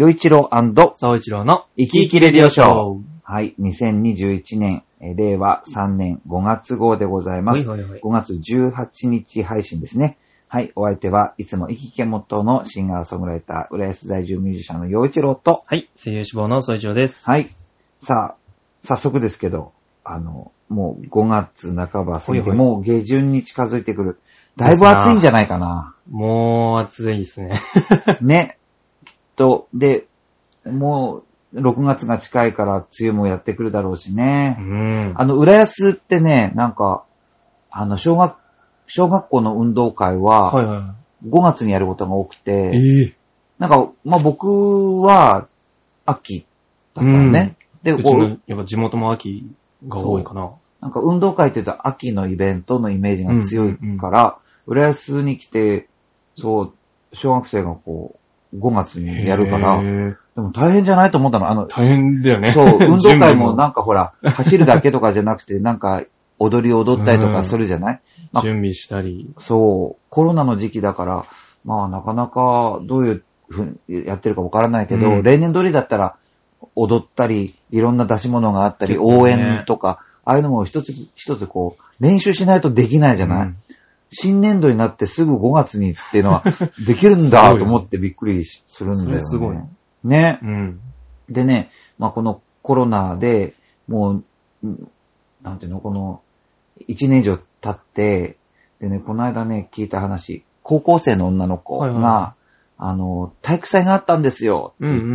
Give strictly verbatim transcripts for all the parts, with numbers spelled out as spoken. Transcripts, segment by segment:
よいちろう& そういちろうの生き生きレディオショー。はい、にせんにじゅういちねん、令和さんねんごがつ号でございます。 ほいほいほい。 ごがつじゅうはちにち配信ですね。はい、お相手はいつも生き生きモットーのシンガーソングライター、浦安在住ミュージシャンのよいちろうと、 はい、声優志望のそういちろうです。 はい、さあ、早速ですけど、あの、もうごがつなかば過ぎて、もう下旬に近づいてくる。だいぶ暑いんじゃないかな。 もう暑いですね。 ね。きっと、で、もうろくがつが近いから梅雨もやってくるだろうしね。 うん。 あの、浦安ってね、なんか、あの、小学、小学校の運動会は、 はいはい。 ごがつにやることが多くて、 えー、 なんか、まあ、僕は、秋だったのね。 うん、で、うちの、やっぱ地元も秋が多いかな。 なんか運動会って言うと秋のイベントのイメージが強いから、うんうんうん、浦安に来て、そう、小学生がこう、ごがつにやるから、でも大変じゃないと思ったの。あの、 大変だよね。 そう、運動会もなんかほら、走るだけとかじゃなくて、なんか踊り踊ったりとかするじゃない、うんまあ、 準備したり。 そう、コロナの時期だから、まあなかなかどういうふうにやってるかわからないけど、うん、例年通りだったら踊ったり、いろんな出し物があったり、応援とか、ああいうのも一つ一つこう、練習しないとできないじゃない、うん、新年度になってすぐごがつにっていうのはできるんだと思ってびっくりするんだよね。 すごい。 ね、 うん。 でね、まあこのコロナでもう、なんていうの、この一年以上経って、でね、この間ね、聞いた話、高校生の女の子が、はいはい、あの、体育祭があったんですよって言って、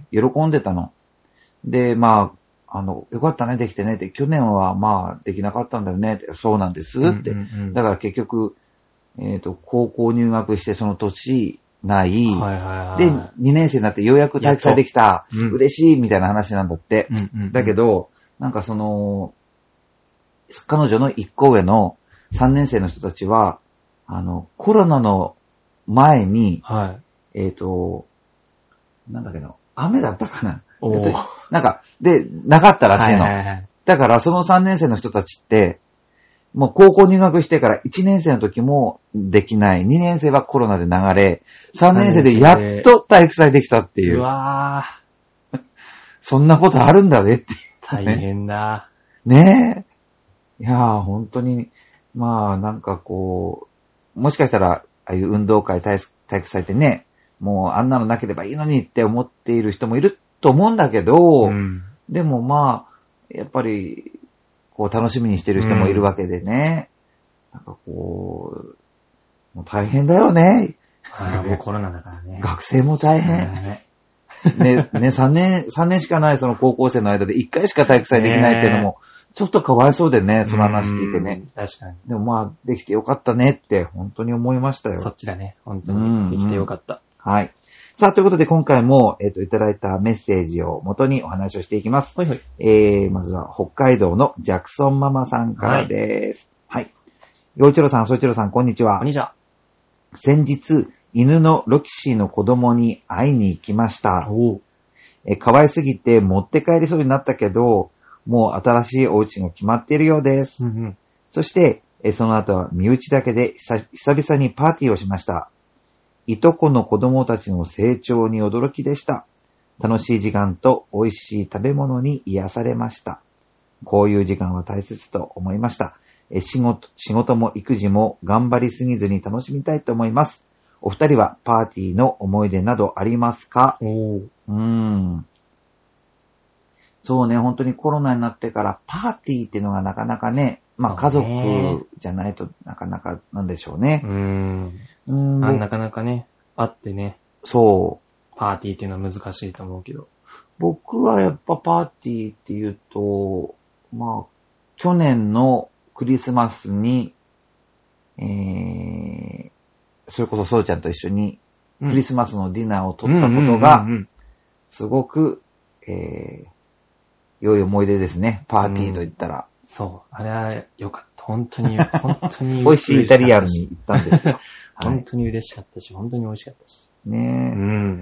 喜んでたの。で、まあ、あの、よかったね、できてねって、去年はまあ、できなかったんだよねって、そうなんですって。うんうんうん、だから結局、えっと、高校入学してその年ない、はいはいはい、で、にねん生になってようやく体育祭できた、うん、嬉しいみたいな話なんだって。うんうんうん、だけど、なんかその、彼女の一個上のさんねん生の人たちは、あの、コロナの前に、はい、えっと、なんだっけど、雨だったかな。なんか、で、なかったらしいの。はいはいはい、だからそのさんねん生の人たちって、もう高校入学してからいちねん生の時もできない。にねん生はコロナで流れ、さんねん生でやっと体育祭できたっていう。 うわーそんなことあるんだねっていう、 ね。大変だ。 ねえ。いやー、本当に、まあ、なんかこう、もしかしたら、ああいう運動会、体育祭ってね、もうあんなのなければいいのにって思っている人もいると思うんだけど、うん、でもまあ、やっぱり、こう楽しみにしてる人もいるわけでね。うん、なんかこう、もう大変だよね。 あもうコロナだからね。 学生も大変。ね、ね、ね、さんねん、さんねんしかないその高校生の間でいっかいしか体育祭できないっていうのも、ちょっとかわいそうでね、その話聞いてね。 確かに。 でもまあ、できてよかったねって本当に思いましたよ。 そっちだね。本当に。できてよかった。 うんうん、はい。さあ、ということで今回も、えっと、いただいたメッセージを元にお話をしていきます。はいはい。えー、まずは北海道のジャクソンママさんからです。はい。陽一郎さん、総一郎さん、こんにちは。 こんにちは。 先日、犬のロキシーの子供に会いに行きました。おえ可愛すぎて持って帰りそうになったけど、もう新しいお家が決まっているようです。うんうん、そして、えその後は身内だけで久々にパーティーをしました。いとこの子供たちの成長に驚きでした。楽しい時間と美味しい食べ物に癒されました。こういう時間は大切と思いました。え仕事、仕事も育児も頑張りすぎずに楽しみたいと思います。お二人はパーティーの思い出などありますか？おうーん。そうね、本当にコロナになってからパーティーっていうのがなかなかね、まあ家族じゃないとなかなかなんでしょうね。うーん。うーんあなかなかね、会ってね。 そう。 パーティーっていうのは難しいと思うけど。 僕はやっぱパーティーっていうと、まあ、去年のクリスマスに、えー、それこそそうちゃんと一緒にクリスマスのディナーを取ったことが、すごく、えー、良い思い出ですね。パーティーと言ったら。 うん、そう。あれは良かった。本当に、本当に。 美味しいイタリアンに行ったんですよ。 本当に嬉しかったし、本当に美味しかったし。 ねえ。うん。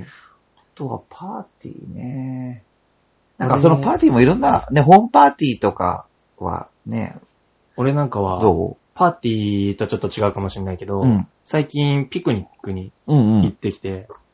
あとはパーティーね。なんかそのパーティーもいろんな、ね、ホームパーティーとかはね。 俺なんかは、どう？パーティーとちょっと違うかもしれないけど、うん、最近ピクニックに行ってきて、うんうん、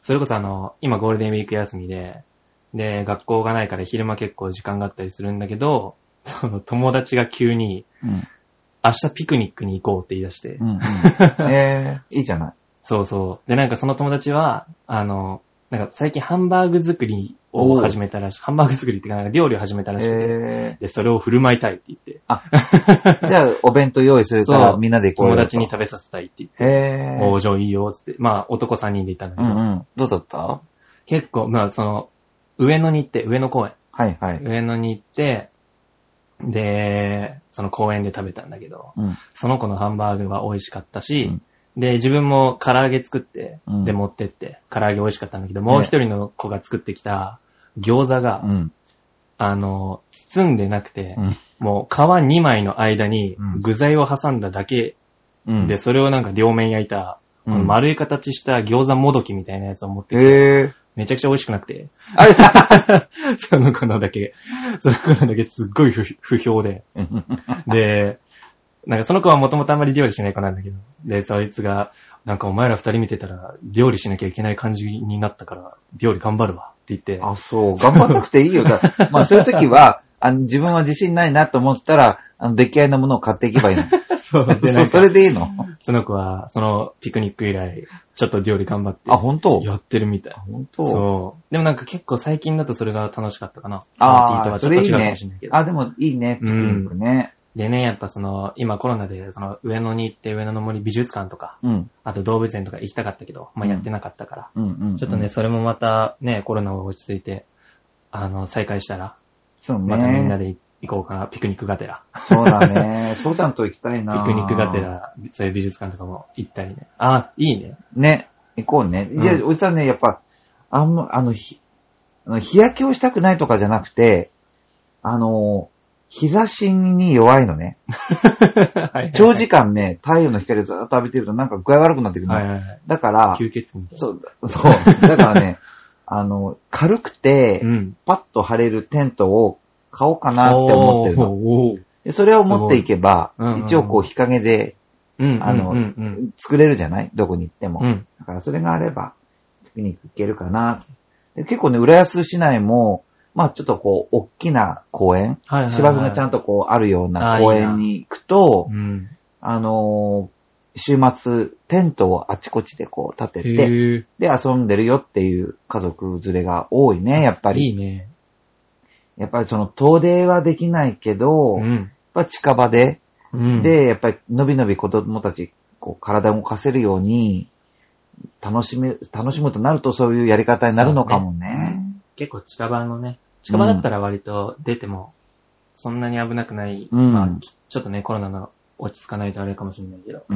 それこそあの、今ゴールデンウィーク休みで、で、学校がないから昼間結構時間があったりするんだけど、その友達が急に、うん、明日ピクニックに行こうって言い出して。うんうん、 えー、いいじゃない。 そうそう。で、なんかその友達は、あの、なんか最近ハンバーグ作りを始めたらしい。ハンバーグ作りっていうか、なんか料理を始めたらしくて、えー、で、それを振る舞いたいって言って。 あ、じゃあお弁当用意するからみんなで行こうよ。 友達に食べさせたいって言って。へー。おー、じゃあいいよ、つって。まあ男さんにんで行ったんだけど。 うんうん。どうだった？ 結構、まあその、上野に行って、上野公園。 はいはい。 上野に行って、で、その公園で食べたんだけど、うん、その子のハンバーグは美味しかったし、うん、で、自分も唐揚げ作って、うん、で持ってって、唐揚げ美味しかったんだけど、もう一人の子が作ってきた餃子が、うん、あの、包んでなくて、うん、もう皮にまいの間に具材を挟んだだけ、うん、で、それをなんか両面焼いた、うん、この丸い形した餃子もどきみたいなやつを持ってきて、へー、めちゃくちゃ美味しくなくて。あれその子のだけ、その子のだけすっごい不、不評で。で、なんかその子はもともとあんまり料理しない子なんだけど。で、そいつが、なんかお前ら二人見てたら料理しなきゃいけない感じになったから、料理頑張るわって言って。 あ、そう。頑張らなくていいよ。だまあそういう時は、あの自分は自信ないなと思ったら、あの出来合いのものを買っていけばいいの。そう。で、それでいいの？ その子は、そのピクニック以来、ちょっと料理頑張って。 あ、本当？ やってるみたい。 本当？ そう。でもなんか結構最近だとそれが楽しかったかな。 ああ、それいいね。あ、でもいいね、ピクニックね。 うん、でね、やっぱその、今コロナで、その上野に行って上野の森美術館とか、うん、あと動物園とか行きたかったけど、まあやってなかったから、うんうんうん、ちょっとね、それもまたね、コロナが落ち着いて、あの、再開したら、 そうね。 またみんなで行こうかな、ピクニックがてら。 そうだね。そうちゃんと行きたいな。 ピクニックがてら、そういう美術館とかも行ったりね。あ、いいね。 ね。行こうね。いや、うん、おじさんね、やっぱ、あんま、あの、ひ、あの日焼けをしたくないとかじゃなくて、あの、日差しに弱いのね。はいはいはい、長時間ね、太陽の光をずっと浴びてるとなんか具合悪くなってくるの。はいはいはい、だから、 吸血みたいな。 そう、そう。だからね、あの、軽くて、うん、パッと貼れるテントを買おうかなって思ってるの。おーでそれを持っていけば、うんうんうん、一応こう日陰で、うんうんうん、あの、作れるじゃないどこに行っても、うん。だからそれがあれば、ピクニック行けるかな。で結構ね、浦安市内も、まあちょっとこう、大きな公園、はいはいはい、芝生がちゃんとこうあるような公園に行くと、あ, いいうん、あのー、週末、テントをあちこちでこう立てて、で遊んでるよっていう家族連れが多いね、やっぱり。 いいね。 やっぱりその遠出はできないけど、うん、やっぱ近場で、うん、で、やっぱりのびのび子供たち、こう体を動かせるように、楽しめ、楽しむとなるとそういうやり方になるのかもね。ね結構近場のね、近場だったら割と出ても、そんなに危なくない、うん、まあ、ちょっとね、コロナの落ち着かないとあれかもしれないけど。うん。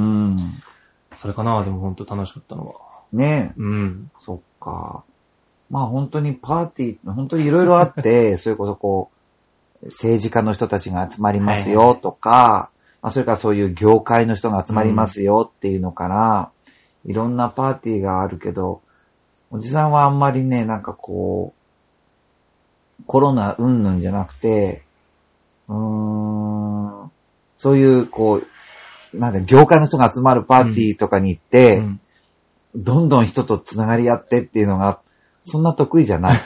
それかな、でも本当楽しかったのは。 ねえ。うん。そっか。まあ本当にパーティー、本当にいろいろあって、それこそこう、政治家の人たちが集まりますよとか、はいはいはい、まあ、それからそういう業界の人が集まりますよっていうのから、うん、いろんなパーティーがあるけど、おじさんはあんまりね、なんかこう、コロナ云々じゃなくて、うーん、そういうこう、なんか業界の人が集まるパーティーとかに行って、うんうん、どんどん人とつながり合ってっていうのが、そんな得意じゃない。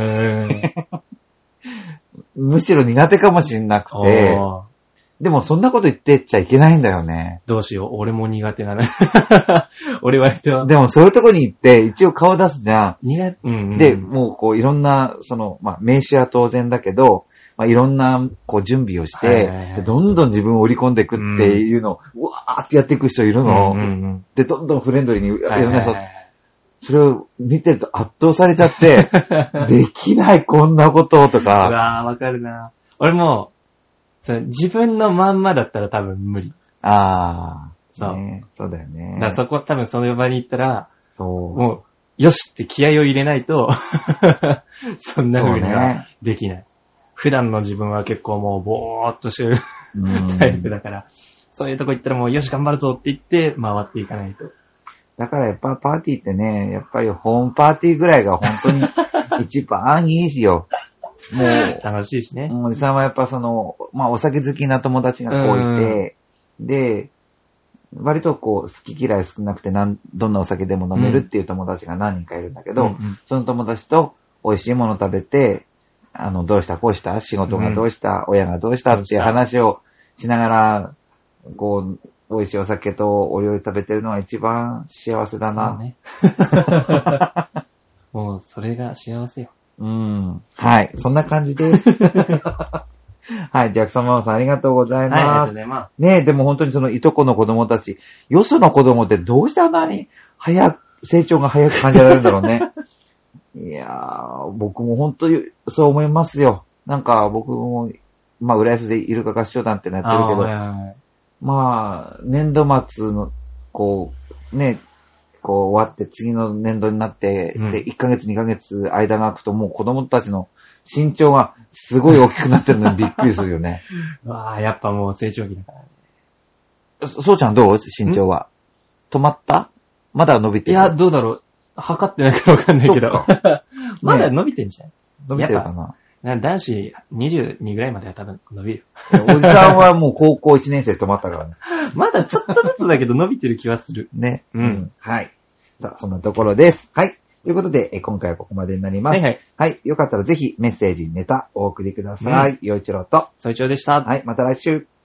むしろ苦手かもしれなくて、でもそんなこと言ってっちゃいけないんだよね。 どうしよう、俺も苦手なの。俺割と。 でもそういうとこに行って一応顔出すじゃん。 苦手、うんうん、 で、もうこういろんな、その、まあ名刺は当然だけど、まあ、いろんなこう準備をして、はいはいはい、どんどん自分を織り込んでいくっていうのを、うん、うわーってやっていく人いるの、うんうんうん、で、どんどんフレンドリーにいろんな人、はいはいはい、それを見てると圧倒されちゃって、できないこんなこととか。 うわー、わかるな。俺も、その自分のまんまだったら多分無理。 ああ。そう。ね、そうだよね。 だからそこ多分その場に行ったら、そう。もう、よしって気合を入れないと、そんな風にはできない。ね、普段の自分は結構もうぼーっとしてるタイプだから、そういうとこ行ったらもうよし頑張るぞって言って回っていかないと。 だからやっぱパーティーってね、やっぱりホームパーティーぐらいが本当に一番いいしよ。もう、 楽しいしね。 おじさんはやっぱその、まあお酒好きな友達がこういて、で、 割とこう、好き嫌い少なくてなん、どんなお酒でも飲めるっていう友達が何人かいるんだけど、うんうん、その友達と美味しいもの食べて、あの、どうしたこうした仕事がどうした、うん、親がどうしたっていう話をしながら、こう、美味しいお酒とお料理食べてるのが一番幸せだな。ね、 もう、それが幸せよ。 うん。はい。そんな感じです。はい。ジャクソンママさんありがとうございます。はい、ありがとうございます。ねえ、でも本当にそのいとこの子供たち、よその子供ってどうしてあんなに早く、成長が早く感じられるんだろうね。いやー、僕も本当にそう思いますよ。なんか僕も、まあ、浦安でイルカ合唱団ってのやってるけど、はいはいはい、まあ、年度末の、こう、ね、こう終わって次の年度になって、うん、で、いっかげつにかげつ間が空くともう子供たちの身長がすごい大きくなってるのにびっくりするよね。 わあ、やっぱもう成長期だからね。 そ、そうちゃんどう身長は。止まった？まだ伸びてる？ いや、どうだろう。測ってないからわかんないけど。まだ伸びてんじゃん。 伸びてるかな。 男子にじゅうにぐらいまでは多分伸びる。 おじさんはもう高校いちねん生止まったからね。 まだちょっとずつだけど伸びてる気はする。 ね。うん。うん、はい。さあ、そんなところです。はい。ということで、え今回はここまでになります。はい、はい。はい。よかったらぜひメッセージ、ネタお送りください。うん、陽一郎と。 総一郎でした。 はい。また来週。